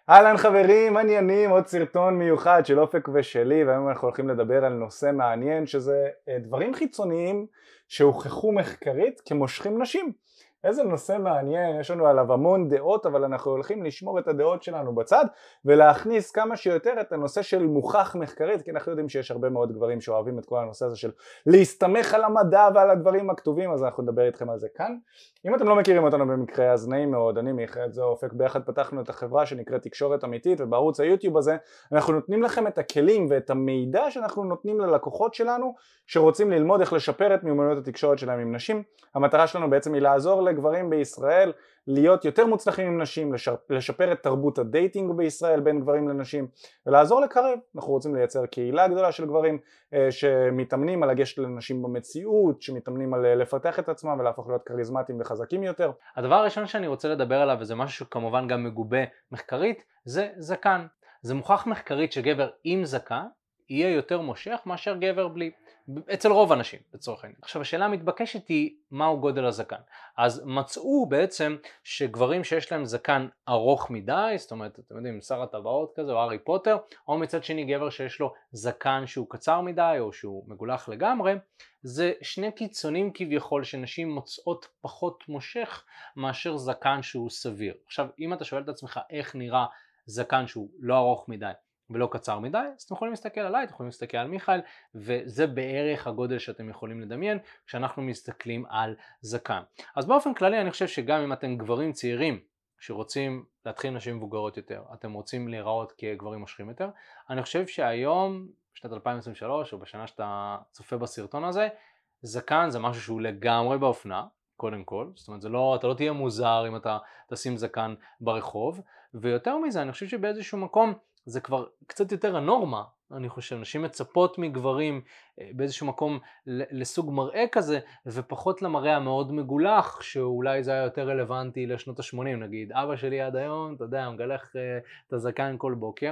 אהלן חברים, עניינים, עוד סרטון מיוחד של אופק ושלי, והיום אנחנו הולכים לדבר על נושא מעניין שזה דברים חיצוניים שהוכחו מחקרית כמושכים נשים. איזה נושא מעניין, יש לנו עליו המון דעות, אבל אנחנו הולכים לשמור את הדעות שלנו בצד ולהכניס כמה שיותר את הנושא של מוכח מחקרית, כי אנחנו יודעים שיש הרבה מאוד גברים שאוהבים את כל הנושא הזה של להסתמך על המדע ועל הדברים הכתובים, אז אנחנו נדבר איתכם על זה כאן. אם אתם לא מכירים אותנו במקרה, אז נעים מאוד, אני מיכאל, זה אופק, ביחד פתחנו את החברה שנקראת תקשורת אמיתית, ובערוץ היוטיוב הזה אנחנו נותנים לכם את הכלים ואת המידע שאנחנו נותנים ללקוחות שלנו שרוצים ללמוד איך לשפר את מיומנויות התקשורת שלהם עם נשים. המטרה שלנו בעצם היא לעזור לגברים בישראל להיות יותר מוצלחים עם נשים, לשפר את תרבות הדייטינג בישראל בין גברים לנשים ולעזור לקרב. אנחנו רוצים לייצר קהילה גדולה של גברים שמתאמנים על לגשת לנשים במציאות, שמתאמנים על לפתח את עצמם ולהפוך להיות כריזמטיים וחזקים יותר. הדבר הראשון שאני רוצה לדבר עליו, וזה משהו שכמובן גם מגובה מחקרית, זה זקן. זה מוכח מחקרית שגבר עם זקן יהיה יותר מושך מאשר גבר בלי, אצל רוב אנשים לצורך העניין. עכשיו השאלה המתבקשת היא מהו גודל הזקן. אז מצאו בעצם שגברים שיש להם זקן ארוך מדי, זאת אומרת אתם יודעים שר הטבעות כזה או הארי פוטר, או מצד שני גבר שיש לו זקן שהוא קצר מדי או שהוא מגולח לגמרי, זה שני קיצונים כביכול שנשים מוצאות פחות מושך מאשר זקן שהוא סביר. עכשיו אם אתה שואל את עצמך איך נראה זקן שהוא לא ארוך מדי ולא קצר מדי, אז אתם יכולים להסתכל עליי, אתם יכולים להסתכל על מיכאל, וזה בערך הגודל שאתם יכולים לדמיין כשאנחנו מסתכלים על זקן. אז באופן כללי אני חושב שגם אם אתם גברים צעירים שרוצים להתחיל נשים מבוגרות יותר, אתם רוצים להיראות כגברים מושכים יותר, אני חושב שהיום, בשנת 2023 או בשנה שאתה צופה בסרטון הזה, זקן זה משהו שהוא לגמרי באופנה, קודם כל, זאת אומרת אתה לא תהיה מוזר אם אתה תשים זקן ברחוב, ויותר מזה אני חושב שבאיזשהו מקום זה כבר קצת יותר הנורמה. אני חושב נשים מצפות מגברים באיזשהו מקום לסוג מראה כזה ופחות למראה המאוד מגולח, שאולי זה היה יותר רלוונטי לשנות ה-80. נגיד אבא שלי עד היום, אתה יודע, מגלח את הזקן כל בוקר,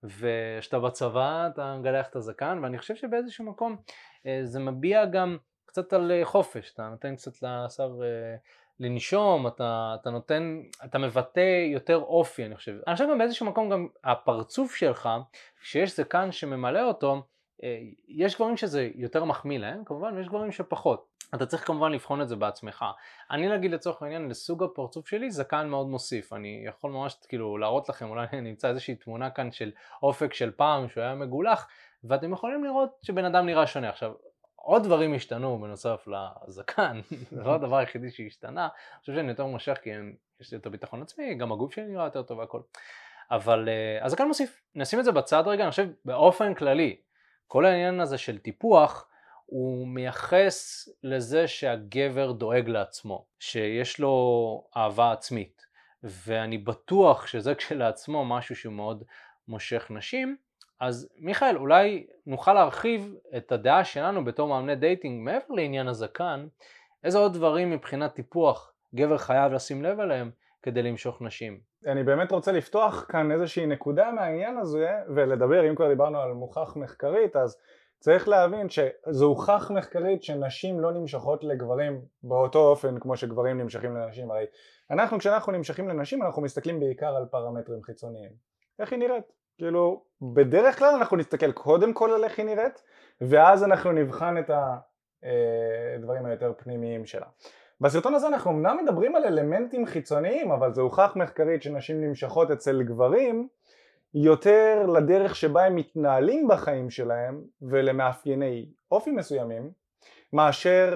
ושאתה בצבא אתה מגלח את הזקן, ואני חושב שבאיזשהו מקום זה מביע גם קצת על חופש, אתה נותן קצת לשר לנשום, אתה מבטא יותר אופי. אני חושב גם באיזשהו מקום גם הפרצוף שלך, כשיש זקן שממלא אותו, יש גברים שזה יותר מחמיא להם כמובן, ויש גברים שפחות. אתה צריך כמובן לבחון את זה בעצמך. אני להגיד לצורך העניין, לסוג הפרצוף שלי זקן מאוד מוסיף. אני יכול ממש כאילו להראות לכם, אולי נמצא איזושהי תמונה כאן של אופק של פעם שהוא היה מגולח, ואתם יכולים לראות שבן אדם נראה שונה. עכשיו עוד דברים השתנו בנוסף לזקן, זה לא הדבר היחידי שהשתנה. אני חושב שאני יותר מושך כי יש לי יותר ביטחון עצמי, גם הגוף שלי נראה יותר טוב והכל. אבל הזקן מוסיף, נשים את זה בצד רגע. אני חושב באופן כללי, כל העניין הזה של טיפוח, הוא מייחס לזה שהגבר דואג לעצמו, שיש לו אהבה עצמית, ואני בטוח שזה כשלעצמו משהו שהוא מאוד מושך נשים. אז מיכאל, אולי נוכל להרחיב את הדעה שלנו בתור מאמני דייטינג מעבר לעניין הזקן, איזה עוד דברים מבחינת טיפוח גבר חייב לשים לב עליהם כדי למשוך נשים? אני באמת רוצה לפתוח כאן איזושהי נקודה מהעניין הזה ולדבר, אם כבר דיברנו על מוכח מחקרית, אז צריך להבין שזה הוכח מחקרית שנשים לא נמשכות לגברים באותו אופן כמו שגברים נמשכים לנשים. הרי כשאנחנו נמשכים לנשים אנחנו מסתכלים בעיקר על פרמטרים חיצוניים. איך היא נראית? כאילו, בדרך כלל אנחנו נסתכל קודם כל על איך היא נראית, ואז אנחנו נבחן את הדברים היותר פנימיים שלה. בסרטון הזה אנחנו אמנם מדברים על אלמנטים חיצוניים, אבל זה הוכח מחקרית שנשים נמשכות אצל גברים יותר לדרך שבה הם מתנהלים בחיים שלהם ולמאפייני אופי מסוימים מאשר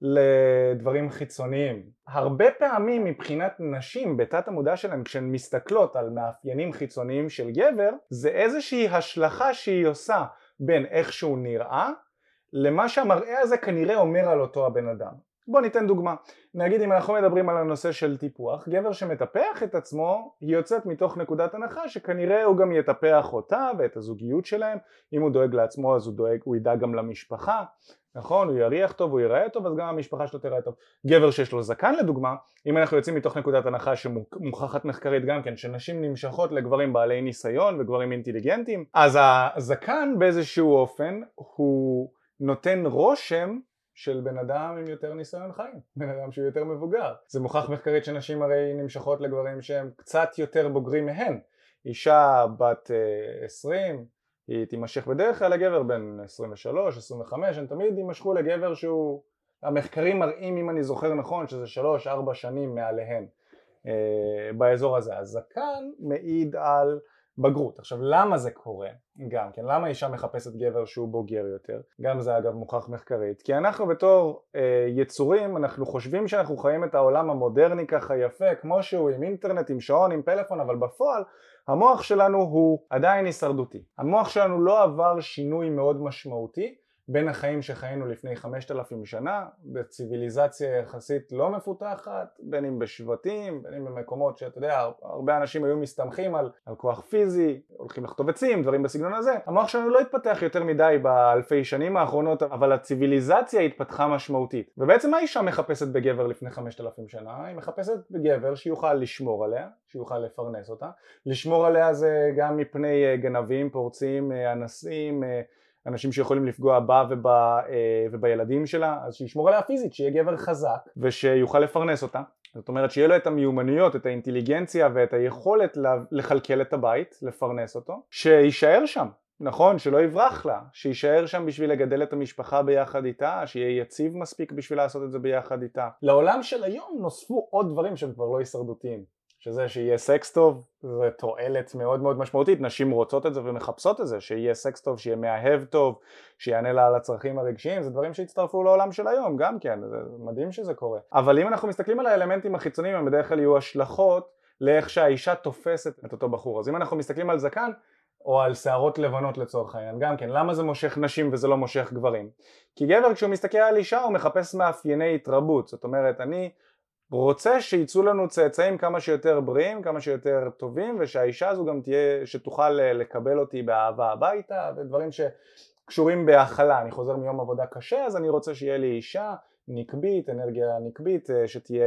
לדברים חיצוניים. הרבה פעמים מבחינת נשים בתת המודע שלהם כשהן מסתכלות על מאפיינים חיצוניים של גבר, זה איזושהי השלכה שהיא עושה בין איך שהוא נראה למה שהמראה הזה כנראה אומר על אותו הבן אדם. בוא ניתן דוגמה. נגיד אם אנחנו מדברים על הנושא של טיפוח, גבר שמטפח את עצמו היא יוצאת מתוך נקודת הנחה שכנראה הוא גם יטפח אותה ואת הזוגיות שלהם. אם הוא דואג לעצמו אז הוא ידאג גם למשפחה, נכון? הוא יריח טוב, הוא ייראה טוב, אז גם המשפחה שלו תראה טוב. גבר שיש לו זקן לדוגמה, אם אנחנו יוצאים מתוך נקודת הנחה שמוכחת מחקרית גם כן, שנשים נמשכות לגברים בעלי ניסיון וגברים אינטליגנטים, אז הזקן באיזשהו אופן הוא נותן רושם של בן אדם עם יותר ניסיון חיים, בן אדם שהוא יותר מבוגר. זה מוכח מחקרית שנשים הרי נמשכות לגברים שהם קצת יותר בוגרים מהן. אישה בת 20 היא תימשך בדרך כלל לגבר בין 23, 25, הם תמיד יימשכו לגבר שהוא, המחקרים מראים אם אני זוכר נכון שזה 3-4 שנים מעליהן באזור הזה. הזקן מעיד על בגרות. עכשיו למה זה קורה? גם כן, למה אישה מחפשת גבר שהוא בוגר יותר? גם זה אגב מוכח מחקרית, כי אנחנו בתור יצורים, אנחנו חושבים שאנחנו חיים את העולם המודרני ככה יפה, כמו שהוא, עם אינטרנט, עם שעון, עם פלאפון, אבל בפועל המוח שלנו הוא עדיין הישרדותי. המוח שלנו לא עבר שינוי מאוד משמעותי בין החיים שחיינו לפני 5,000 שנה בציוויליזציה יחסית לא מפותחת, בין אם בשבטים, בין אם במקומות שאתה יודע, הרבה אנשים היו מסתמכים על כוח פיזי, הולכים לחטוב עצים, דברים בסגנון הזה. המוח שלנו לא התפתח יותר מדי באלפי שנים האחרונות, אבל הציוויליזציה התפתחה משמעותית. ובעצם מה אישה מחפשת בגבר לפני 5,000 שנה? היא מחפשת בגבר שיוכל לשמור עליה, שיוכל לפרנס אותה. לשמור עליה זה גם מפני גנבים, פורצים, אנסים, אנשים שיכולים לפגוע בה ובילדים שלה, אז שישמור עליה פיזית, שיהיה גבר חזק ושיוכל לפרנס אותה. זאת אומרת שיהיה לו את המיומנויות, את האינטליגנציה ואת היכולת לכלכל את הבית, לפרנס אותו, שישאר שם, נכון? שלא יברח לה, שישאר שם בשביל לגדל את המשפחה ביחד איתה, שיהיה יציב מספיק בשביל לעשות את זה ביחד איתה. לעולם של היום נוספו עוד דברים שהם כבר לא הישרדותיים. שזה שיהיה סקס טוב, זה תועלת מאוד מאוד משמעותית, נשים רוצות את זה ומחפשות את זה, שיהיה סקס טוב, שיהיה מאהב טוב, שיענה לה על הצרכים הרגשיים, זה דברים שהצטרפו לעולם של היום, גם כן, זה מדהים שזה קורה. אבל אם אנחנו מסתכלים על האלמנטים החיצוניים, הם בדרך כלל יהיו השלכות לאיך שהאישה תופסת את אותו בחור. אז אם אנחנו מסתכלים על זקן, או על שערות לבנות לצורך העניין, גם כן, למה זה מושך נשים וזה לא מושך גברים? כי גבר כשהוא מסתכל על אישה הוא מחפש מאפייני התרבות, זאת אומרת אני רוצה שיצאו לנו צאצאים כמה שיותר בריאים, כמה שיותר טובים, ושהאישה הזו גם תהיה, שתוכל לקבל אותי באהבה הביתה, ודברים שקשורים בהכלה. אני חוזר מיום עבודה קשה, אז אני רוצה שיהיה לי אישה נקבית, אנרגיה נקבית, שתהיה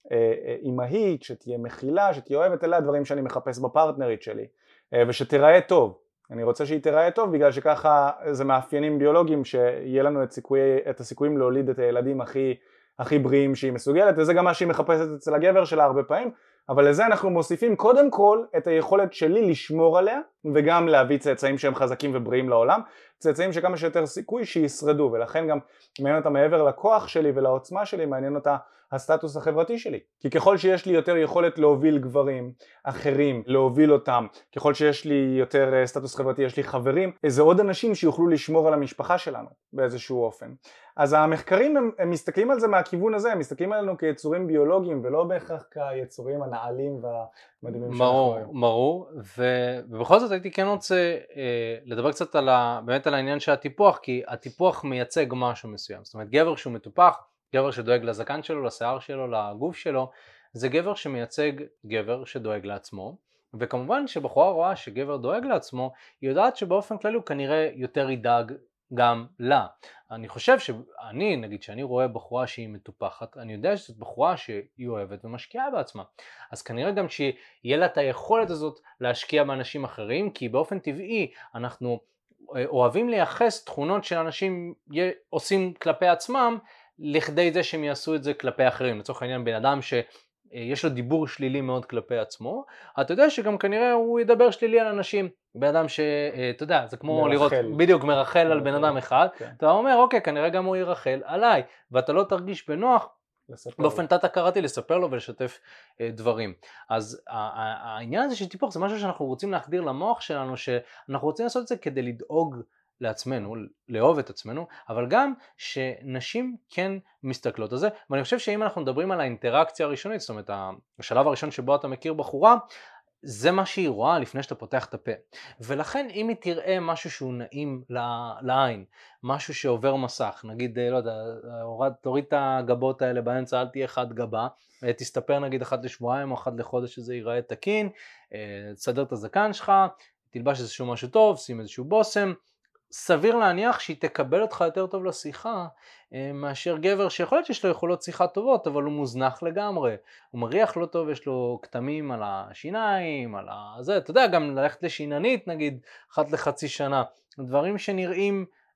אימהית, שתהיה מכילה, שתהיה אוהבת, אלה הדברים שאני מחפש בפרטנרית שלי, ושתיראה טוב. אני רוצה שהיא תיראה טוב, בגלל שככה זה מאפיינים ביולוגיים שיהיה לנו את הסיכויים להוליד את הילדים הכי בריאים שהיא מסוגלת, וזה גם מה שהיא מחפשת אצל הגבר שלה הרבה פעמים, אבל לזה אנחנו מוסיפים קודם כל את היכולת שלי לשמור עליה, וגם להביא צאצאים שהם חזקים ובריאים לעולם, צאצאים שכמה שיותר סיכוי שישרדו, ולכן גם מעניין אותה מעבר לכוח שלי ולעוצמה שלי, מעניין אותה הסטטוס החברתי שלי. כי ככל שיש לי יותר יכולת להוביל גברים אחרים, להוביל אותם, ככל שיש לי יותר סטטוס חברתי, יש לי חברים, איזה עוד אנשים שיוכלו לשמור על המשפחה שלנו באיזשהו אופן. אז המחקרים הם מסתכלים על זה מהכיוון הזה, הם מסתכלים עלינו כיצורים ביולוגיים ולא בהכרח כיצורים הנעלים והמדהימים שאנחנו היום. ברור, ובכל זאת הייתי כן רוצה לדבר קצת באמת על העניין של הטיפוח, כי הטיפוח מייצג משהו מסוים. זאת אומרת גבר שהוא מטופח, גבר שדואג לזקן שלו, לשיער שלו, לגוף שלו, זה גבר שמייצג גבר שדואג לעצמו, וכמובן שבחורה רואה שגבר דואג לעצמו, היא יודעת שבאופן כללי הוא כנראה יותר ידאג גם לה. אני חושב שאני, נגיד שאני רואה בחורה שהיא מטופחת, אני יודע שזאת בחורה שהיא אוהבת ומשקיעה בעצמה, אז כנראה גם שיהיה לה את היכולת הזאת להשקיע באנשים אחרים, כי באופן טבעי אנחנו אוהבים לייחס תכונות שאנשים עושים כלפי עצמם, לכדי זה שהם יעשו את זה כלפי אחרים. לצורך העניין בן אדם שיש לו דיבור שלילי מאוד כלפי עצמו, אתה יודע שגם כנראה הוא ידבר שלילי על אנשים. בן אדם שאתה יודע, זה כמו לראות בדיוק מרחל על בן אדם אחד, אתה אומר אוקיי, כנראה גם הוא ירחל עליי, ואתה לא תרגיש בנוח באופן תת-הכרתי לספר לו ולשתף דברים. אז העניין הזה של טיפוח זה משהו שאנחנו רוצים להחדיר למוח שלנו, שאנחנו רוצים לעשות את זה כדי לדאוג לעצמנו, לאהוב את עצמנו, אבל גם שנשים כן מסתכלות על זה. ואני חושב שאם אנחנו מדברים על האינטראקציה הראשונית, זאת אומרת השלב הראשון שבו אתה מכיר בחורה, זה מה שהיא רואה לפני שאתה פותח את הפה. ולכן אם היא תראה משהו שהוא נעים לעין, משהו שעובר מסך, נגיד, לא יודע, תוריד את הגבות האלה באמצע, אל תהיה חד גבה, תסתפר נגיד אחת לשבועיים או אחת לחודש שזה ייראה תקין, תסדר את הזקן שלך, תלבש איזשהו משהו טוב, שים איזשהו בוסם, סביר להניח שהיא תקבל אותך יותר טוב לשיחה מאשר גבר שיכול להיות שיש לו יכולות שיחה טובות אבל הוא מוזנח לגמרי, הוא מריח לא טוב, יש לו כתמים על השיניים, על זה, אתה יודע, גם ללכת לשיננית נגיד אחת לחצי שנה, דברים שנראים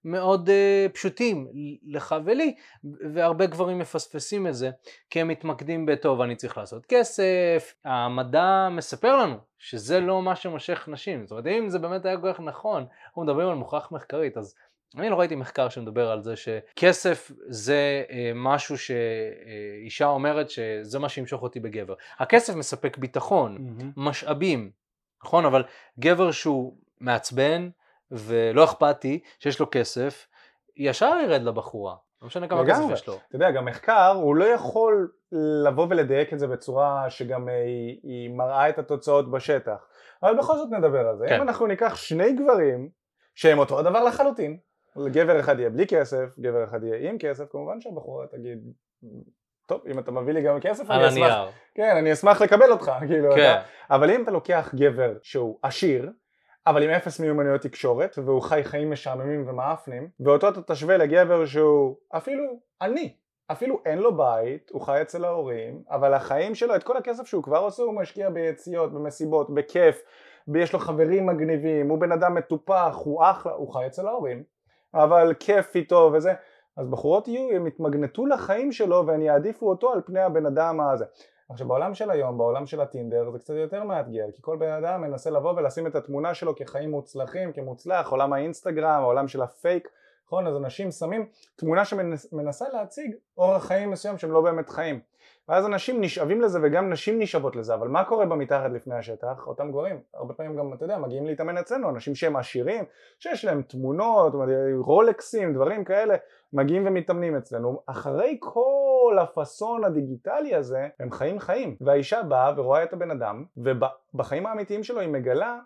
מאוד פשוטים לך ולי, והרבה גברים מפספסים את זה, כי הם מתמקדים בטוב, אני צריך לעשות כסף. המדע מספר לנו שזה לא מה שמושך נשים. זאת אומרת, אם זה באמת היה כל כך נכון, אנחנו מדברים על מוכח מחקרית, אז אני לא ראיתי מחקר שמדבר על זה שכסף זה משהו שאישה אומרת שזה מה שימשוך אותי בגבר. הכסף מספק ביטחון, משאבים, נכון? אבל גבר שהוא מעצבן ולא אכפתי, שיש לו כסף, ישר ירד לבחורה. לא משנה כמה כסף יש לו. אתה יודע, גם מחקר, הוא לא יכול לבוא ולדייק את זה בצורה שגם היא מראה את התוצאות בשטח. אבל בכל זאת נדבר על זה. כן. אם אנחנו ניקח שני גברים שהם אותו הדבר לחלוטין, גבר אחד יהיה בלי כסף, גבר אחד יהיה עם כסף, כמובן שהבחורה תגיד, טוב, אם אתה מביא לי גם כסף, אני אשמח. כן, אני אשמח לקבל אותך, כאילו. כן. אבל אם אתה לוקח גבר שהוא עשיר, אבל עם אפס מיומנויות תקשורת, והוא חי חיים משעממים ומאפנים, ואותו אתה תשווה לגבר שהוא אפילו עני, אפילו אין לו בית, הוא חי אצל ההורים, אבל החיים שלו, את כל הכסף שהוא כבר עושה, הוא משקיע ביציאות, במסיבות, בכיף, יש לו חברים מגניבים, הוא בן אדם מטופח, הוא אחלה, הוא חי אצל ההורים, אבל כיף איתו וזה, אז בחורות יהיו, הם יתמגנטו לחיים שלו והם יעדיפו אותו על פני הבן אדם הזה. עכשיו בעולם של היום, בעולם של הטינדר, זה קצת יותר מאתגר, כי כל בן אדם מנסה לבוא ולשים את התמונה שלו כחיים מוצלחים, כמוצלח, עולם האינסטגרם, העולם של הפייק, נכון? אז אנשים שמים תמונה שמנסה להציג אורח חיים מסוים שהם לא באמת חיים. ואז אנשים נשאבים לזה וגם נשים נשאבות לזה, אבל מה קורה במתחת לפני השטח? אותם גברים, הרבה פעמים גם, אתה יודע, מגיעים להתאמן אצלנו, אנשים שהם עשירים, שיש להם תמונות, רולקסים, דברים כאלה, מגיעים ומתאמנים אצלנו. אחרי כל הפאסון הדיגיטלי הזה, הם חיים, והאישה באה ורואה את הבן אדם, ובחיים האמיתיים שלו היא מגלה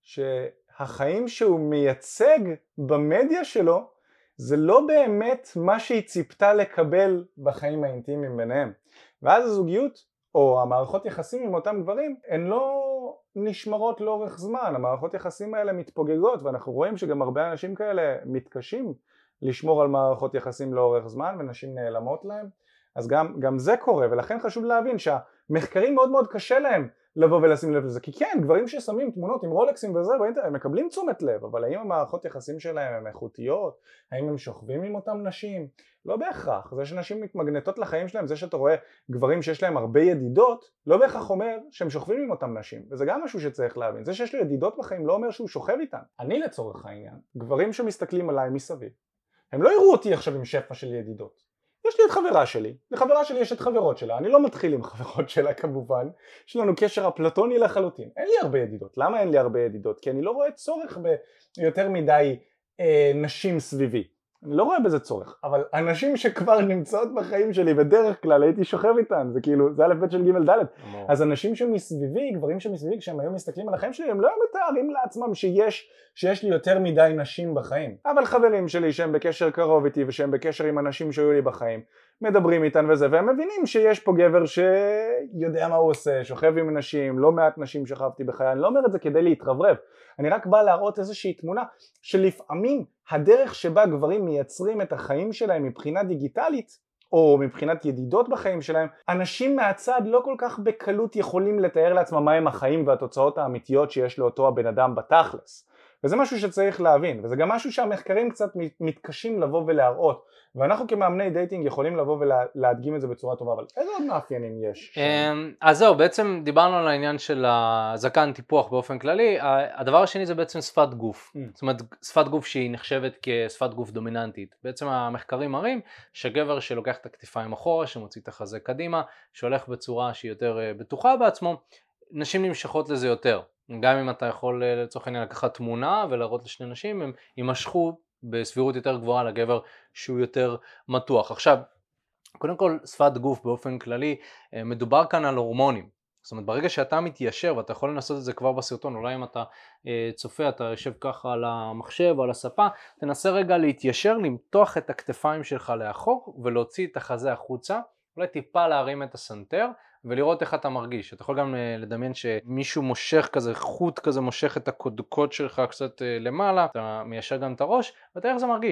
שהחיים שהוא מייצג במדיה שלו, זה לא באמת מה שהיא ציפתה לקבל בחיים האינטימיים ביניהם. ואז הזוגיות או המערכות יחסים עם אותם גברים הן לא נשמרות לאורך זמן, המערכות יחסים האלה מתפוגגות, ואנחנו רואים שגם הרבה אנשים כאלה מתקשים לשמור על מערכות יחסים לאורך זמן ונשים נעלמות להם. אז גם זה קורה, ולכן חשוב להבין שהמחקרים מאוד מאוד קשה להם לבוא ולשים לב לזה, כי כן, גברים ששמים תמונות עם רולקסים וזה באינטרנט, הם מקבלים תשומת לב, אבל האם המערכות יחסים שלהם הם איכותיות? האם הם שוכבים עם אותם נשים? לא בהכרח. זה שנשים מתמגנטות לחיים שלהם, זה שאתה רואה גברים שיש להם הרבה ידידות, לא בהכרח אומר שהם שוכבים עם אותם נשים, וזה גם משהו שצריך להבין. זה שיש לו ידידות בחיים לא אומר שהוא שוכב איתן. אני לצורך העניין, גברים שמסתכלים עליי מסביב, הם לא יראו אותי עכשיו עם שפע של ידידות. יש לי את חברה שלי, לחברה שלי יש את חברות שלה, אני לא מתחיל עם חברות שלה כמובן, יש לנו קשר אפלטוני לחלוטין, אין לי הרבה ידידות. למה אין לי הרבה ידידות? כי אני לא רואה צורך ביותר מדי נשים סביבי, אני לא רואה בזה צורך, אבל אנשים שכבר נמצאות בחיים שלי בדרך כלל הייתי שוכב איתן, זה כאילו, זה א' ב' של ג' ד', אז אנשים שמסביבי, גברים שמסביבי, כשהם היו מסתכלים על החיים שלי, הם לא מתארים לעצמם שיש לי יותר מדי נשים בחיים, אבל חברים שלי שהם בקשר קרוב איתי ושהם בקשר עם אנשים שהיו לי בחיים, מדברים איתן וזה, והם מבינים שיש פה גבר שיודע מה הוא עושה, שוכב עם נשים, לא מעט נשים שכבתי בחיי, אני לא אומר את זה כדי להתרברב, אני רק בא להראות איזושהי תמונה שלפעמים הדרך שבה גברים מייצרים את החיים שלהם מבחינה דיגיטלית או מבחינת ידידות בחיים שלהם, אנשים מהצד לא כל כך בקלות יכולים לתאר לעצמם מהם החיים והתוצאות האמיתיות שיש לאותו הבן אדם בתכלס. וזה משהו שצריך להבין, וזה גם משהו שהמחקרים קצת מתקשים לבוא ולהראות, ואנחנו כמאמני דייטינג יכולים לבוא ולהדגים את זה בצורה טובה, אבל איזה עוד מאפיינים יש? אז זהו, בעצם דיברנו על העניין של הזקן טיפוח באופן כללי, הדבר השני זה בעצם שפת גוף, זאת אומרת שפת גוף שהיא נחשבת כשפת גוף דומיננטית, בעצם המחקרים מראים שגבר שלוקח את הכתפיים אחורה, שמוציא את החזה קדימה, שהולך בצורה שהיא יותר בטוחה בעצמו, נשים נמשכות לזה יותר. גם אם אתה יכול לצורך העניין לקחת תמונה ולהראות לשני נשים, הם יימשכו בסבירות יותר גבוהה לגבר שהוא יותר מתוח. עכשיו, קודם כל שפת גוף באופן כללי, מדובר כאן על הורמונים. זאת אומרת, ברגע שאתה מתיישר, ואתה יכול לנסות את זה כבר בסרטון, אולי אם אתה צופה, אתה יושב ככה על המחשב או על הספה, תנסה רגע להתיישר, למתוח את הכתפיים שלך לאחור ולהוציא את החזה החוצה, אולי טיפה להרים את הסנטר, ולראות איך אתה מרגיש. אתה יכול גם לדמיין שמישהו מושך כזה, חוט כזה מושך את הקודקוד שלך קצת למעלה, אתה מיישר גם את הראש, ואתה איך זה מרגיש.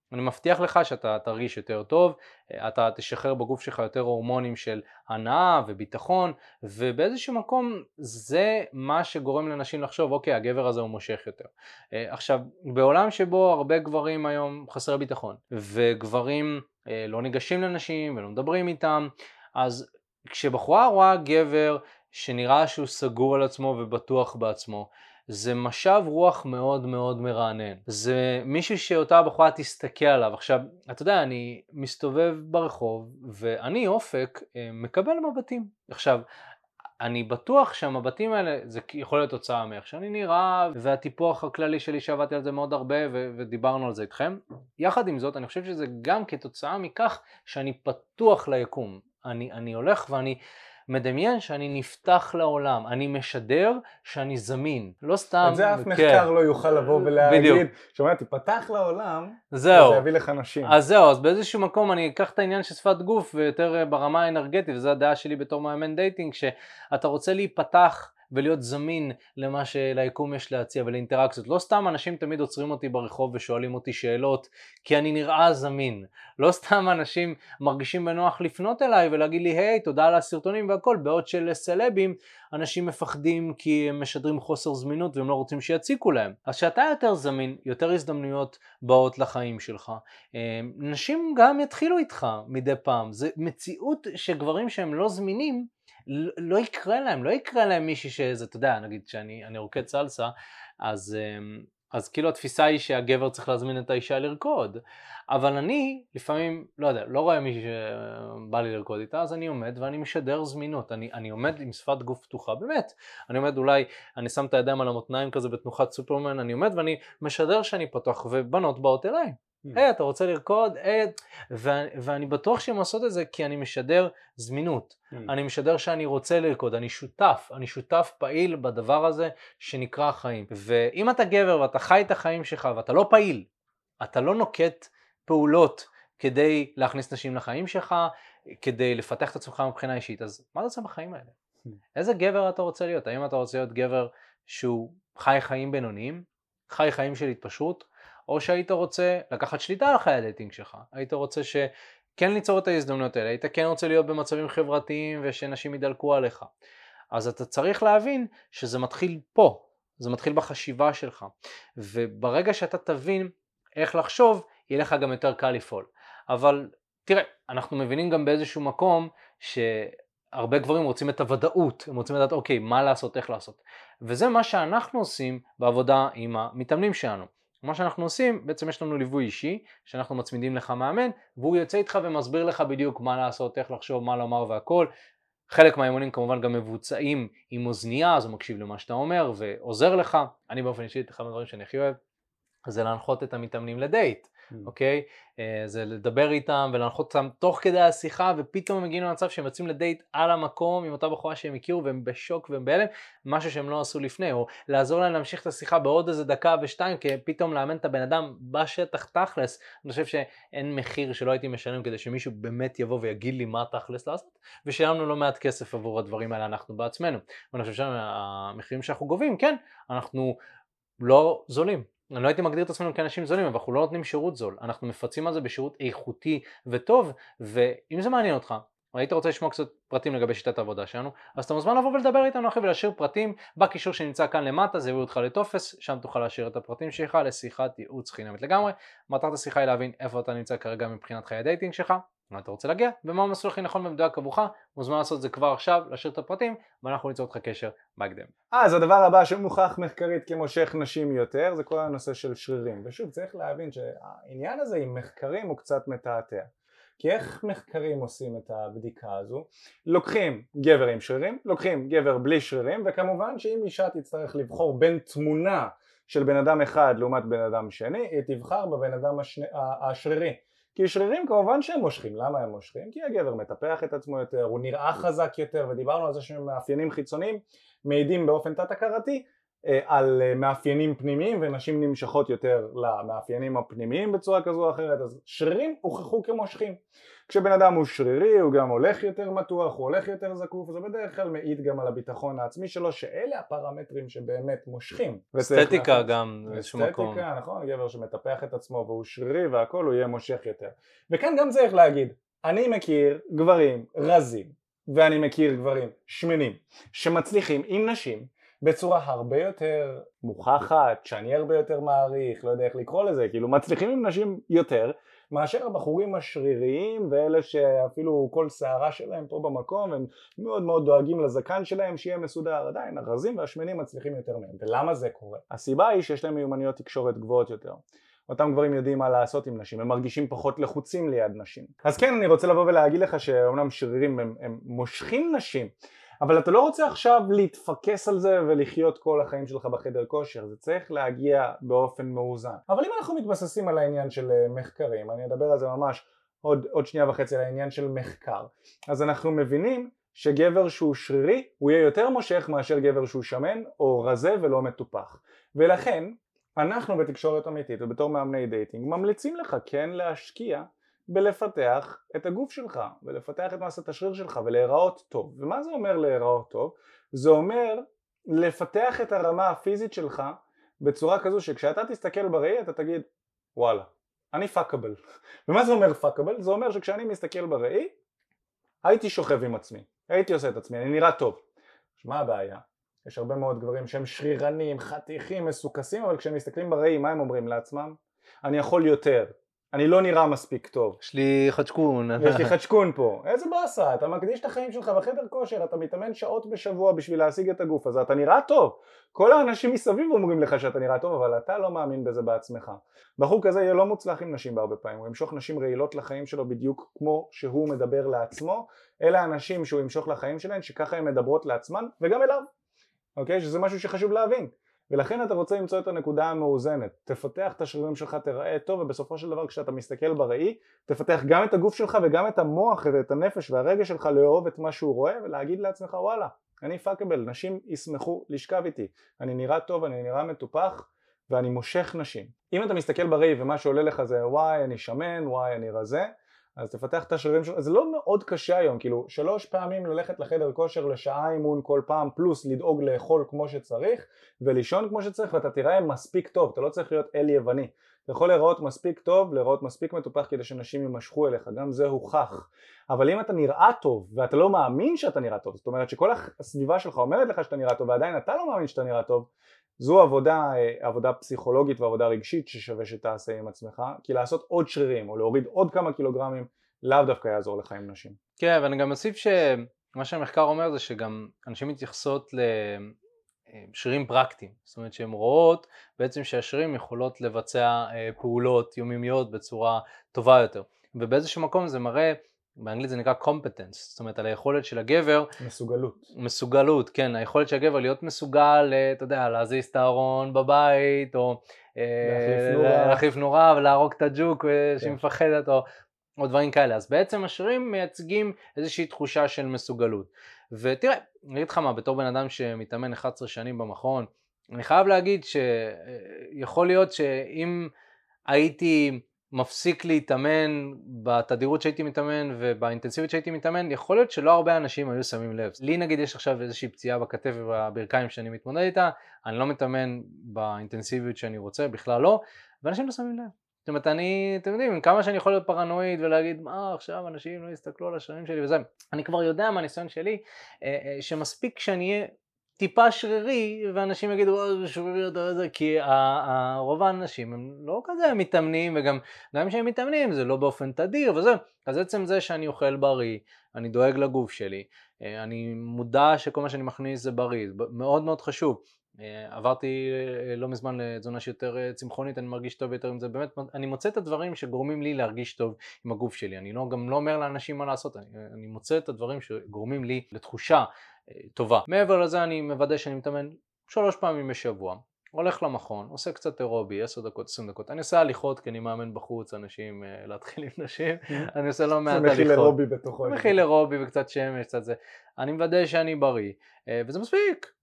אני מבטיח לך שאתה תרגיש יותר טוב, אתה תשחרר בגוף שלך יותר הורמונים של הנאה וביטחון, ובאיזשהו מקום זה מה שגורם לנשים לחשוב, אוקיי, הגבר הזה הוא מושך יותר. עכשיו, בעולם שבו הרבה גברים היום חסרי ביטחון, וגברים לא ניגשים לנשים ולא מדברים איתם, אז כשבחורה רואה גבר שנראה שהוא סגור על עצמו ובטוח בעצמו, זה משב רוח מאוד מאוד מרענן. זה מישהו שאותה הבחורה תסתכל עליו. עכשיו, אתה יודע, אני מסתובב ברחוב ואני אופק מקבל מבטים. עכשיו, אני בטוח שהמבטים האלה זה יכול להיות תוצאה מאיך שאני נראה, והטיפוח הכללי שלי שעבדתי על זה מאוד הרבה ודיברנו על זה איתכם. יחד עם זאת, אני חושב שזה גם כתוצאה מכך שאני פתוח ליקום. אני הולך ואני מדמיין שאני נפתח לעולם, אני משדר שאני זמין, לא סתם... את זה אף מחקר לא יוכל לבוא ולהגיד, שומע, תיפתח לעולם, וזה יביא לך נשים. אז זהו, אז באיזשהו מקום אני אקח את העניין של שפת גוף, ויותר ברמה האנרגטית, וזו הדעה שלי בתור מאמן דייטינג, שאתה רוצה להיפתח ולהיות זמין למה שליקום יש להציע ולאינטראקציות. לא סתם אנשים תמיד עוצרים אותי ברחוב ושואלים אותי שאלות, כי אני נראה זמין. לא סתם אנשים מרגישים בנוח לפנות אליי ולהגיד לי, היי, תודה על הסרטונים והכל, בעוד של סלבים, אנשים מפחדים כי הם משדרים חוסר זמינות והם לא רוצים שיציקו להם. אז שאתה יותר זמין, יותר הזדמנויות באות לחיים שלך. נשים גם יתחילו איתך מדי פעם. זה מציאות שגברים שהם לא זמינים, לא יקרה להם מישהי שזה, אתה יודע, נגיד שאני רוקד סלסה, אז כאילו התפיסה היא שהגבר צריך להזמין את האישה לרקוד, אבל אני לפעמים, לא יודע, לא רואה מישהי שבא לי לרקוד איתה, אז אני עומד ואני משדר זמינות, אני עומד עם שפת גוף פתוחה, באמת, אני עומד אולי, אני שם את הידיים על המותניים כזה בתנוחת סופרמן, אני עומד ואני משדר שאני פתוח, ובנות באות אליי. היי, אתה רוצה לרקוד? ואני בטוח שהם עושות את זה כי אני משדר זמינות. אני משדר שאני רוצה לרקוד, אני שותף פעיל בדבר הזה שנקרא חיים. ואם אתה גבר ואתה חי את החיים שלך ואתה לא פעיל, אתה לא נוקט פעולות כדי להכניס נשים לחיים שלך, כדי לפתח את עצמך מבחינה אישית, אז מה אתה עושה בחיים האלה? איזה גבר אתה רוצה להיות? האם אתה רוצה להיות גבר שהוא חי חיים בינוניים, חי חיים של התפשרות, או שהיית רוצה לקחת שליטה על חיי הדייטינג שלך, היית רוצה שכן ליצור את ההזדמנויות האלה, היית כן רוצה להיות במצבים חברתיים ושנשים ידלקו עליך. אז אתה צריך להבין שזה מתחיל פה, זה מתחיל בחשיבה שלך, וברגע שאתה תבין איך לחשוב, יהיה לך גם יותר קל לפעול. אבל תראה, אנחנו מבינים גם באיזשהו מקום שהרבה גברים רוצים את הוודאות, הם רוצים לדעת אוקיי, מה לעשות, איך לעשות. וזה מה שאנחנו עושים בעבודה עם המתאמנים שלנו. מה שאנחנו עושים, בעצם יש לנו ליווי אישי, שאנחנו מצמידים לך מאמן, והוא יוצא איתך ומסביר לך בדיוק מה לעשות, איך לחשוב, מה לומר והכל. חלק מהאימונים כמובן גם מבוצעים עם אוזנייה, אז הוא מקשיב למה שאתה אומר ועוזר לך. אני באופן אישי, אחד מהדברים שאני הכי אוהב, זה להנחות את המתאמנים לדייט, אוקיי? זה לדבר איתם ולהנחות אותם תוך כדי השיחה, ופתאום הם מגיעים למצב שהם יוצאים לדייט על המקום עם אותה בחורה שהם הכירו והם בשוק והם בהלם, משהו שהם לא עשו לפני, או לעזור להם להמשיך את השיחה בעוד איזה דקה ושתיים, כי פתאום לאמן את הבן אדם בשטח תכלס. אני חושב שאין מחיר שלא הייתי משלם כדי שמישהו באמת יבוא ויגיד לי מה תכלס לעשות, ושילמנו לא מעט כסף עבור הדברים האלה אנחנו בעצמנו. ואני חושב שהמחירים שאנחנו גובים, כן, אנחנו לא זולים. אני לא הייתי מגדיר את עצמנו כאנשים זולים, אבל אנחנו לא נותנים שירות זול. אנחנו מפצים על זה בשירות איכותי וטוב, ואם זה מעניין אותך, והיית רוצה לשמוע קצת פרטים לגבי שיטת העבודה שלנו, אז אתה מוזמן לבוא ולדבר איתנו אחרי ולהשאיר פרטים בקישור שנמצא כאן למטה, זה יביא אותך לטופס, שם תוכל להשאיר את הפרטים שלך לשיחת ייעוץ חינמית לגמרי. מטרת השיחה היא להבין איפה אתה נמצא כרגע מבחינת חיי הדייטינג שלך, מה אתה רוצה להגיע, ומה המסלול הכי נכון ומדויק עבורך. מוזמן לעשות את זה כבר עכשיו, להשאיר את הפרטים, ואנחנו ניצור אותך קשר בהקדם. אז הדבר הבא שמוכח מחקרית כמושך נשים יותר, זה כל הנושא של שרירים. ושוב, צריך להבין שהעניין הזה עם מחקרים הוא קצת מתעתע. כי איך מחקרים עושים את הבדיקה הזו? לוקחים גבר עם שרירים, לוקחים גבר בלי שרירים, וכמובן שאם אישה תצטרך לבחור בין תמונה של בן אדם אחד לעומת בן אדם שני, היא תבחר בבן אדם השרירי. כי שרירים כמובן שהם מושכים. למה הם מושכים? כי הגבר מטפח את עצמו יותר, הוא נראה חזק יותר, ודיברנו על זה שמאפיינים חיצוניים מעידים באופן תת-הכרתי על מאפיינים פנימיים, ונשים נמשכות יותר למאפיינים הפנימיים בצורה כזו או אחרת. אז שרירים הוכחו כמושכים. כשבן אדם הוא שרירי הוא גם הולך יותר מתוח, הוא הולך יותר זקוף, זה בדרך כלל מעיד גם על הביטחון העצמי שלו, שאלה הפרמטרים שבאמת מושכים. אסתטיקה גם באיזשהו מקום. אסתטיקה, נכון, גבר שמטפח את עצמו והוא שרירי והכל, הוא יהיה מושך יותר. וכאן גם צריך להגיד, אני מכיר גברים רזים, ואני מכיר גברים שמנים, שמצליחים עם נשים בצורה הרבה יותר מוכחת, שאני הרבה יותר מעריך, לא יודע איך לקרוא לזה, כאילו מצליחים עם נשים יותר, מאשר הבחורים השריריים ואלה שאפילו כל שערה שלהם פה במקום הם מאוד מאוד דואגים לזקן שלהם שיהיה מסודר. עדיין הרזים והשמנים מצליחים יותר מהם. ולמה זה קורה? הסיבה היא שיש להם מיומנויות תקשורת גבוהות יותר. אותם גברים יודעים מה לעשות עם נשים, הם מרגישים פחות לחוצים ליד נשים. אז כן, אני רוצה לבוא ולהגיד לך שאומנם שרירים הם מושכים נשים, אבל אתה לא רוצה עכשיו להתפקס על זה ולחיות כל החיים שלך בחדר כושר, זה צריך להגיע באופן מאוזן. אבל אם אנחנו מתבססים על העניין של מחקרים, אני אדבר על זה ממש עוד שנייה וחצי על העניין של מחקר, אז אנחנו מבינים שגבר שהוא שרירי הוא יהיה יותר מושך מאשר גבר שהוא שמן או רזה ולא מטופח. ולכן אנחנו בתקשורת אמיתית ובתור מאמני דייטינג ממליצים לך כן להשקיע בלפתח את הגוף שלך ולפתח את מסת השריר שלך ולהיראות טוב. ומה זה אומר להיראות טוב? זה אומר לפתח את הרמה הפיזית שלך בצורה כזו שכשאתה תסתכל בראי אתה תגיד וואלה, אני פאקבל. ומה זה אומר פאקבל? זה אומר שכשאני מסתכל בראי הייתי שוכב עם עצמי, הייתי עושה את עצמי, אני נראה טוב. מה הבעיה? יש הרבה מאוד גברים שהם שרירנים, חתיכים, מסוכסים, אבל כשהם מסתכלים בראי מה הם אומרים לעצמם? אני יכול יותר, אני לא נראה מספיק טוב. יש לי חדשקון. יש לי חדשקון פה. איזה באסה, אתה מקדיש את החיים שלך בחדר כושר, אתה מתאמן שעות בשבוע בשביל להשיג את הגוף הזה, אתה נראה טוב. כל האנשים מסביב אומרים לך שאתה נראה טוב, אבל אתה לא מאמין בזה בעצמך. בחור כזה יהיה לא מוצלח עם נשים בהרבה פעמים, הוא ימשוך נשים רעילות לחיים שלו בדיוק כמו שהוא מדבר לעצמו. אלה האנשים שהוא ימשוך לחיים שלהם, שככה הן מדברות לעצמן וגם אליו. אוקיי? שזה משהו שחשוב להבין. ולכן אתה רוצה למצוא את הנקודה המאוזנת, תפתח את השרירים שלך, תראה טוב, ובסופו של דבר כשאתה מסתכל בראי תפתח גם את הגוף שלך וגם את המוח ואת הנפש והרגש שלך לאהוב את מה שהוא רואה ולהגיד לעצמך וואלה, אני פאקבל, נשים ישמחו לשכב איתי, אני נראה טוב, אני נראה מטופח ואני מושך נשים. אם אתה מסתכל בראי ומה שעולה לך זה וואי אני שמן, וואי אני רזה, אז תפתח את השרירים שלך. זה לא מאוד קשה היום, כאילו 3 פעמים ללכת לחדר כושר לשעה אימון כל פעם, פלוס לדאוג לאכול כמו שצריך ולישון כמו שצריך, ואתה תראה מספיק טוב, אתה לא צריך להיות אל יווני, אתה יכול להיראות מספיק טוב, להיראות מספיק מטופח כדי שנשים יימשכו אליך, גם זה הוכח. אבל אם אתה נראה טוב ואתה לא מאמין שאתה נראה טוב, זאת אומרת שכל הסביבה שלך אומרת לך שאתה נראה טוב ועדיין אתה לא מאמין שאתה נראה טוב, זו עבודה פסיכולוגית ועבודה רגשית ששווה שתעשה עם עצמך, כי לעשות עוד שרירים או להוריד עוד כמה קילוגרמים לאו דווקא יעזור לך עם נשים. כן, ואני גם אוסיף שמה שהמחקר אומר זה שגם אנשים מתייחסות לשרירים פרקטיים, זאת אומרת שהן רואות בעצם שהשרירים יכולות לבצע פעולות יומיומיות בצורה טובה יותר, ובאיזשהו מקום זה מראה, באנגלית זה נקרא competence, זאת אומרת על היכולת של הגבר, מסוגלות, כן, היכולת של הגבר להיות מסוגל, אתה יודע, להזיז את הארון בבית, או להחליף נורה ולהרוג את הג'וק שהיא מפחדת, או דברים כאלה. אז בעצם השרירים מייצגים איזושהי תחושה של מסוגלות. ותראה, אני אגיד לך מה, בתור בן אדם שמתאמן 11 שנים במכון, אני חייב להגיד שיכול להיות שאם הייתי מפסיק להתאמן בתדירות שהייתי מתאמן ובאינטנסיביות שהייתי מתאמן, יכול להיות שלא הרבה אנשים היו שמים לב. לי נגיד יש עכשיו איזושהי פציעה בכתף ובברכיים שאני מתמודד איתה, אני לא מתאמן באינטנסיביות שאני רוצה, בכלל לא, ואנשים לא שמים לב. זאת אומרת, אתם יודעים, כמה שאני יכול להיות פרנואיד ולהגיד, מה עכשיו אנשים לא יסתכלו על השרירים שלי וזה, אני כבר יודע מהניסיון שלי, שמספיק שאני אהיה טיפה שרירי, ואנשים יגידו, זה שרירי, כי רוב האנשים הם לא כזה מתאמנים, וגם אם שהם מתאמנים, זה לא באופן תדיר וזה, אז עצם זה שאני אוכל בריא, אני דואג לגוף שלי, אני מודע שכל מה שאני מכניס זה בריא, זה מאוד מאוד חשוב. עברתי לא מזמן לתזונה שיותר צמחונית, אני מרגיש טוב יותר עם זה, באמת, אני מוצא את הדברים שגורמים לי להרגיש טוב עם הגוף שלי, אני גם לא אומר לאנשים מה לעשות, אני מוצא את הדברים שגורמים לי לתחושה טובה. מעבר לזה אני מוודא שאני מתאמן 3 פעמים בשבוע, הולך למכון, עושה קצת אירובי, 10 דקות, 20 דקות, אני עושה הליכות כי אני מאמן בחוץ, אנשים להתחיל עם נשים, אני עושה לא מעט הליכות. זה מכיל אירובי בתוכו. מכיל אירובי וקצת שמש, קצת זה. אני מוודא שאני בריא, וזה מספיק.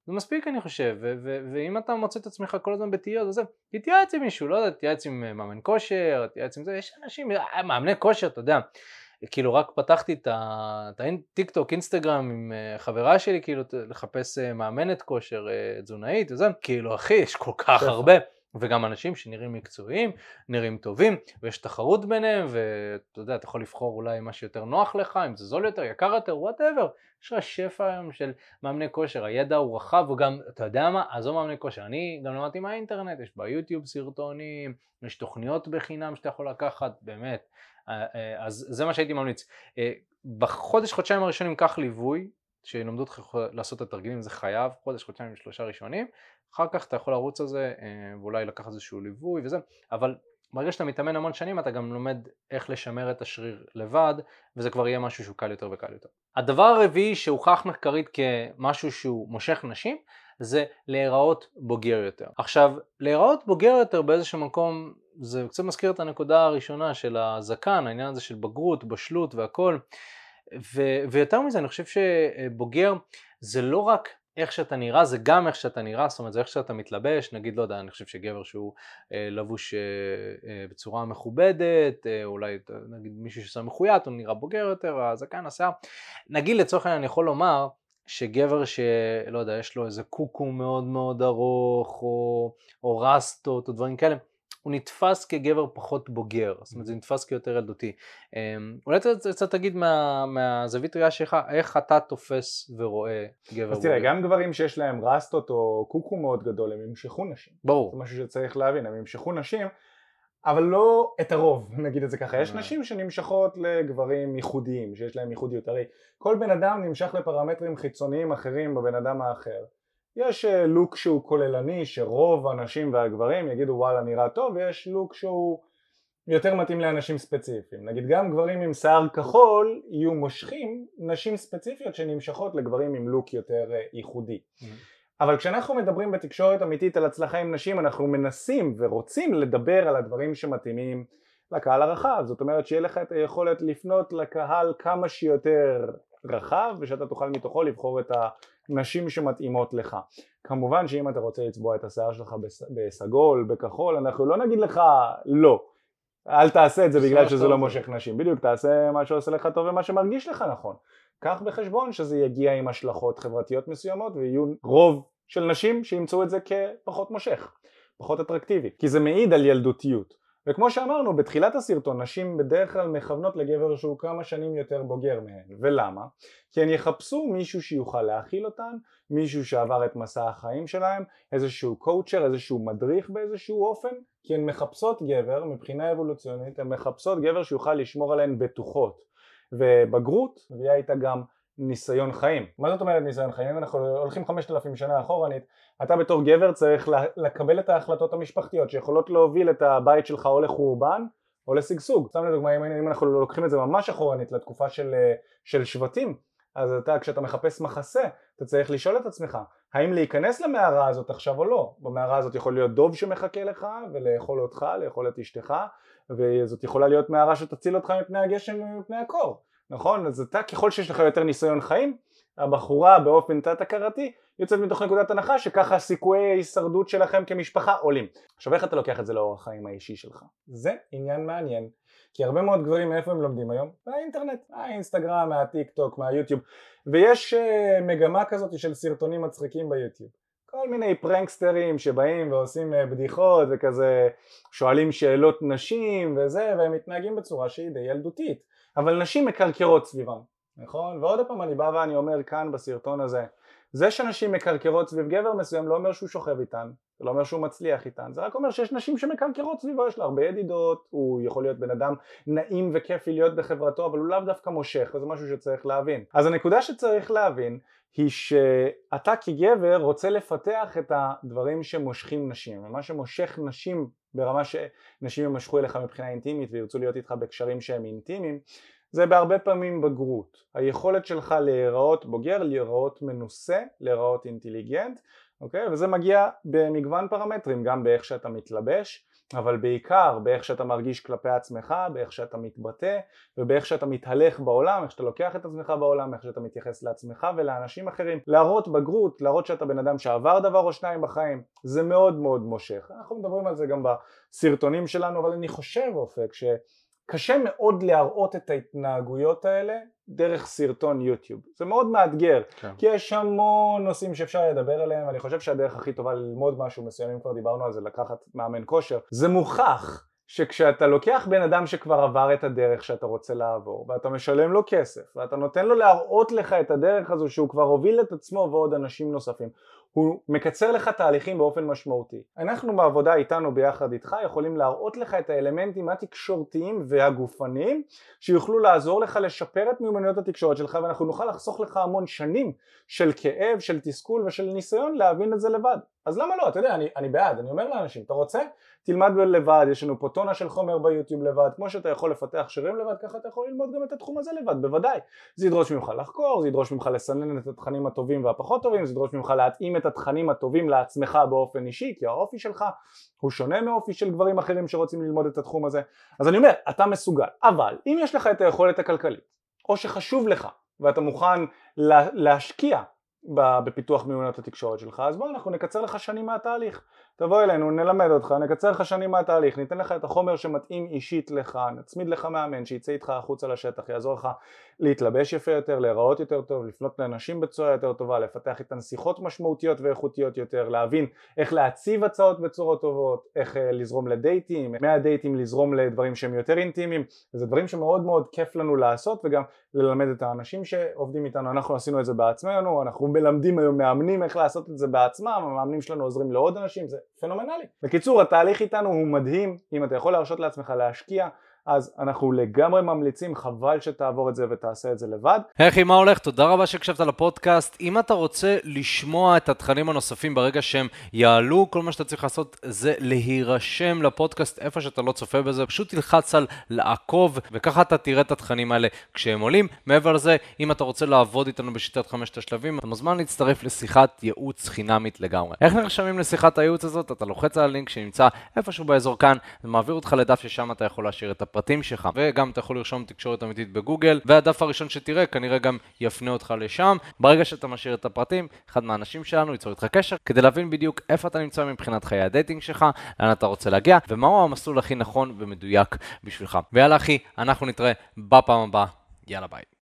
זה מספיק אני חושב, ואם אתה מוצא את עצמך כל הזמן בתהיות, אז תתייעץ עם מישהו, לא יודע, תתייעץ עם מאמן כושר, תתייעץ עם זה, יש אנשים, מאמני כושר, אתה יודע, כאילו רק פתחתי את הטיק טוק, אינסטגרם עם חברה שלי, כאילו לחפש מאמנת כושר תזונאית וזה, כאילו אחי, יש כל כך הרבה, וגם אנשים שנראים מקצועיים, נראים טובים, ויש תחרות ביניהם, ואתה יודע, אתה יכול לבחור אולי מה שיותר נוח לך, אם זה זול יותר, יקר יותר, whatever, יש לך שפע היום של מאמני כושר, הידע הוא רחב, וגם, אתה יודע מה, עזוב מאמני כושר, אני גם למדתי מהאינטרנט, יש ביוטיוב סרטונים, יש תוכניות בחינם שאתה יכול לקחת, באמת, אז זה מה שהייתי ממליץ. בחודש-חודשיים הראשונים קח ליווי, שלמדו אותך לעשות את התרגילים, זה חייב, חודש-חודשיים 3 ראשונים, אחר כך אתה יכול לרוץ על זה, ואולי לקחת איזשהו ליווי וזה, אבל ברגע שאתה מתאמן המון שנים, אתה גם לומד איך לשמר את השריר לבד, וזה כבר יהיה משהו שהוא קל יותר וקל יותר. הדבר הרביעי שהוכח מחקרית כמשהו שהוא מושך נשים, זה להיראות בוגר יותר. עכשיו, להיראות בוגר יותר באיזשהו מקום, זה קצת מזכיר את הנקודה הראשונה של הזקן, העניין הזה של בגרות, בשלות והכל, ויותר מזה, אני חושב שבוגר זה לא רק איך שאתה נראה, זה גם איך שאתה נראה, זאת אומרת זה איך שאתה מתלבש, נגיד לא יודע, אני חושב שגבר שהוא לבוש בצורה מכובדת, אולי נגיד מישהו ששם מחויית, הוא נראה בוגר יותר, הזקן, השיער, נגיד לצורך העניין אני יכול לומר שגבר שלא יודע, יש לו איזה קוקו מאוד מאוד ארוך, או רסטות או דברים כאלה, הוא נתפס כגבר פחות בוגר, זאת אומרת זה נתפס כיותר ילדותי. אולי אתה תגיד מהזווית ראייה שלך, איך אתה תופס ורואה גבר בוגר? אז תראה, גם גברים שיש להם רסטות או קוקו מאוד גדול, הם ימשכו נשים. ברור. זה משהו שצריך להבין, הם ימשכו נשים, אבל לא את הרוב, נגיד את זה ככה. יש נשים שנמשכות לגברים ייחודיים, שיש להם ייחודיות. הרי כל בן אדם נמשך לפרמטרים חיצוניים אחרים בבן אדם האחר. יש לוק שהוא כוללני, שרוב הנשים והגברים יגידו וואלה נראה טוב, ויש לוק שהוא יותר מתאים לאנשים ספציפיים. נגיד גם גברים עם שיער כחול יהיו מושכים נשים ספציפיות שנמשכות לגברים עם לוק יותר ייחודי. אבל כשאנחנו מדברים בתקשורת אמיתית על הצלחה עם נשים, אנחנו מנסים ורוצים לדבר על הדברים שמתאימים לקהל הרחב. זאת אומרת שיהיה לך את היכולת לפנות לקהל כמה שיותר רחב, ושאתה תוכל מתוכו לבחור את הנשים שמתאימות לך. כמובן שאם אתה רוצה לצבוע את השיער שלך בסגול, בכחול, אנחנו לא נגיד לך לא. אל תעשה את זה בגלל שזה לא מושך נשים. בדיוק, תעשה מה שעושה לך טוב ומה שמרגיש לך נכון. קח בחשבון שזה יגיע עם השלכות חברתיות מסוימות, ויהיו רוב של נשים שימצאו את זה כפחות מושך, פחות אטרקטיבי, כי זה מעיד על ילדותיות. וכמו שאמרנו, בתחילת הסרטון, נשים בדרך כלל מכוונות לגבר שהוא כמה שנים יותר בוגר מהן. ולמה? כי הן יחפשו מישהו שיוכל להכיל אותן, מישהו שעבר את מסע החיים שלהם, איזשהו קואוצ'ר, איזשהו מדריך באיזשהו אופן, כי הן מחפשות גבר, מבחינה אבולוציונית, הן מחפשות גבר שיוכל לשמור עליהן בטוחות. ובגרות מביאה איתה גם ניסיון חיים. מה זאת אומרת ניסיון חיים? אם אנחנו הולכים 5,000 שנה אחורנית, אתה בתור גבר צריך לקבל את ההחלטות המשפחתיות שיכולות להוביל את הבית שלך או לחורבן או לשגשוג. סתם לדוגמה, אם אנחנו לוקחים את זה ממש אחורנית לתקופה של שבטים, אז אתה כשאתה מחפש מחסה, אתה צריך לשאול את עצמך, האם להיכנס למערה הזאת עכשיו או לא? במערה הזאת יכול להיות דוב שמחכה לך ולאכול אותך, לאכול את אשתך, וזאת יכולה להיות מערה שתציל אותך מפני הגשם ומפני הקור. נכון? אז אתה ככל שיש לך יותר ניסיון חיים, הבחורה באופן תת-הכרתי יוצאת מתוך נקודת הנחה שככה סיכויי ההישרדות שלכם כמשפחה עולים. עכשיו איך אתה לוקח את זה לאורח החיים האישי שלך? זה עניין מעניין, כי הרבה מאוד גברים מאיפה הם לומדים היום? מהאינטרנט, מהאינסטגרם, מהטיק טוק, מהיוטיוב, ויש מגמה כזאת של סרטונים מצחיקים ביוטיוב. כל מיני פרנקסטרים שבאים ועושים בדיחות וכזה שואלים שאלות נשים וזה, והם מתנהגים בצורה שהיא די ילדותית. אבל נשים מקרקרות סביבם, נכון? ועוד פעם אני בא ואני אומר כאן בסרטון הזה, זה שנשים מקרקרות סביב גבר מסוים לא אומר שהוא שוכב איתן, זה לא אומר שהוא מצליח איתן, זה רק אומר שיש נשים שמקרקרות סביבו, יש לה הרבה ידידות, הוא יכול להיות בן אדם נעים וכיפי להיות בחברתו, אבל הוא לאו דווקא מושך, וזה משהו שצריך להבין. אז הנקודה שצריך להבין היא שאתה כגבר רוצה לפתח את הדברים שמושכים נשים, ומה שמושך נשים ברמה שנשים ימשכו אליך מבחינה אינטימית וירצו להיות איתך בקשרים שהם אינטימיים, זה בהרבה פעמים בגרות. היכולת שלך להיראות בוגר, להיראות מנוסה, להיראות אינטליגנט, אוקיי? וזה מגיע במגוון פרמטרים, גם באיך שאתה מתלבש, אבל בעיקר באיך שאתה מרגיש כלפי עצמך, באיך שאתה מתבטא ובאיך שאתה מתהלך בעולם, איך שאתה לוקח את עצמך בעולם, איך שאתה מתייחס לעצמך ולאנשים אחרים. להראות בגרות, להראות שאתה בן אדם שעבר דבר או שניים בחיים, זה מאוד מאוד מושך. אנחנו מדברים על זה גם בסרטונים שלנו, אבל אני חושב אופק שקשה מאוד להראות את ההתנהגויות האלה דרך סרטון יוטיוב. זה מאוד מאתגר, כי יש המון נושאים שאפשר לדבר עליהם, ואני חושב שהדרך הכי טובה ללמוד משהו מסוים, אם כבר דיברנו על זה, לקחת מאמן כושר. זה מוכח שכשאתה לוקח בן אדם שכבר עבר את הדרך שאתה רוצה לעבור, ואתה משלם לו כסף, ואתה נותן לו להראות לך את הדרך הזו שהוא כבר הוביל את עצמו ועוד אנשים נוספים, הוא מקצר לך תהליכים באופן משמעותי. אנחנו בעבודה איתנו ביחד איתך יכולים להראות לך את האלמנטים התקשורתיים והגופניים שיוכלו לעזור לך לשפר את מיומנויות התקשורת שלך, ואנחנו נוכל לחסוך לך המון שנים של כאב, של תסכול ושל ניסיון להבין את זה לבד. אז למה לא? אתה יודע, אני בעד, אני אומר לאנשים, אתה רוצה? תלמד לבד, יש לנו פה טונה של חומר ביוטיוב לבד, כמו שאתה יכול לפתח שירים לבד, ככה אתה יכול ללמוד גם את התחום הזה לבד, בוודאי. זה ידרוש ממך לחקור, זה ידרוש ממך לסנן את התכנים הטובים והפחות טובים, זה ידרוש ממך להתאים את התכנים הטובים לעצמך באופן אישי, כי האופי שלך הוא שונה מאופי של גברים אחרים שרוצים ללמוד את התחום הזה. אז אני אומר, אתה מסוגל, אבל אם יש לך את היכולת הכלכלית, או שחשוב לך, ואתה מוכן להשקיע בפיתוח מיומנויות התקשורת שלך, אז בוא אנחנו נקצר לך שנים מהתהליך. תבוא אלינו, נלמד אותך, נקצר לך שנים מהתהליך, ניתן לך את החומר שמתאים אישית לך, נצמיד לך מאמן שיצא איתך החוצה לשטח, יעזור לך להתלבש יפה יותר, להיראות יותר טוב, לפנות לאנשים בצורה יותר טובה, לפתח איתן שיחות משמעותיות ואיכותיות יותר, להבין איך להציב הצעות בצורות טובות, איך לזרום לדייטים, מהדייטים לזרום לדברים שהם יותר אינטימיים. זה דברים שמאוד מאוד כיף לנו לעשות, וגם ללמד את האנשים שעובדים איתנו. אנחנו עשינו את זה בעצמנו, אנחנו מלמדים היום מאמנים איך לעשות את זה בעצמם, המאמנים שלנו עוזרים לעוד אנשים, זה פנומנלי. בקיצור, התהליך איתנו הוא מדהים. אם אתה יכול להרשות לעצמך להשקיע, אז אנחנו לגמרי ממליצים, חבל שתעבור את זה ותעשה את זה לבד. היי אחי, מה הולך? תודה רבה שהקשבת לפודקאסט. אם אתה רוצה לשמוע את התכנים הנוספים ברגע שהם יעלו, כל מה שאתה צריך לעשות זה להירשם לפודקאסט איפה שאתה לא צופה בזה, פשוט תלחץ על לעקוב, וככה אתה תראה את התכנים האלה כשהם עולים. מעבר לזה, אם אתה רוצה לעבוד איתנו בשיטת 5 השלבים, אתה מוזמן להצטרף לשיחת ייעוץ חינמית לגמרי. איך נרשמים לשיחת הייעוץ הזאת? אתה לוחץ על הלינק שנמצא איפשהו באזור כאן, זה מעביר אותך לדף ששם אתה יכול להשאיר את הפרטים שלך, וגם אתה יכול לרשום תקשורת אמיתית בגוגל, והדף הראשון שתראה כנראה גם יפנה אותך לשם. ברגע שאתה משאיר את הפרטים, אחד מהאנשים שלנו ייצור איתך קשר כדי להבין בדיוק איפה אתה נמצא מבחינת חיי הדייטינג שלך, לאן אתה רוצה להגיע, ומהו המסלול הכי נכון ומדויק בשבילך. ויאללה אחי, אנחנו נתראה בפעם הבאה. יאללה ביי.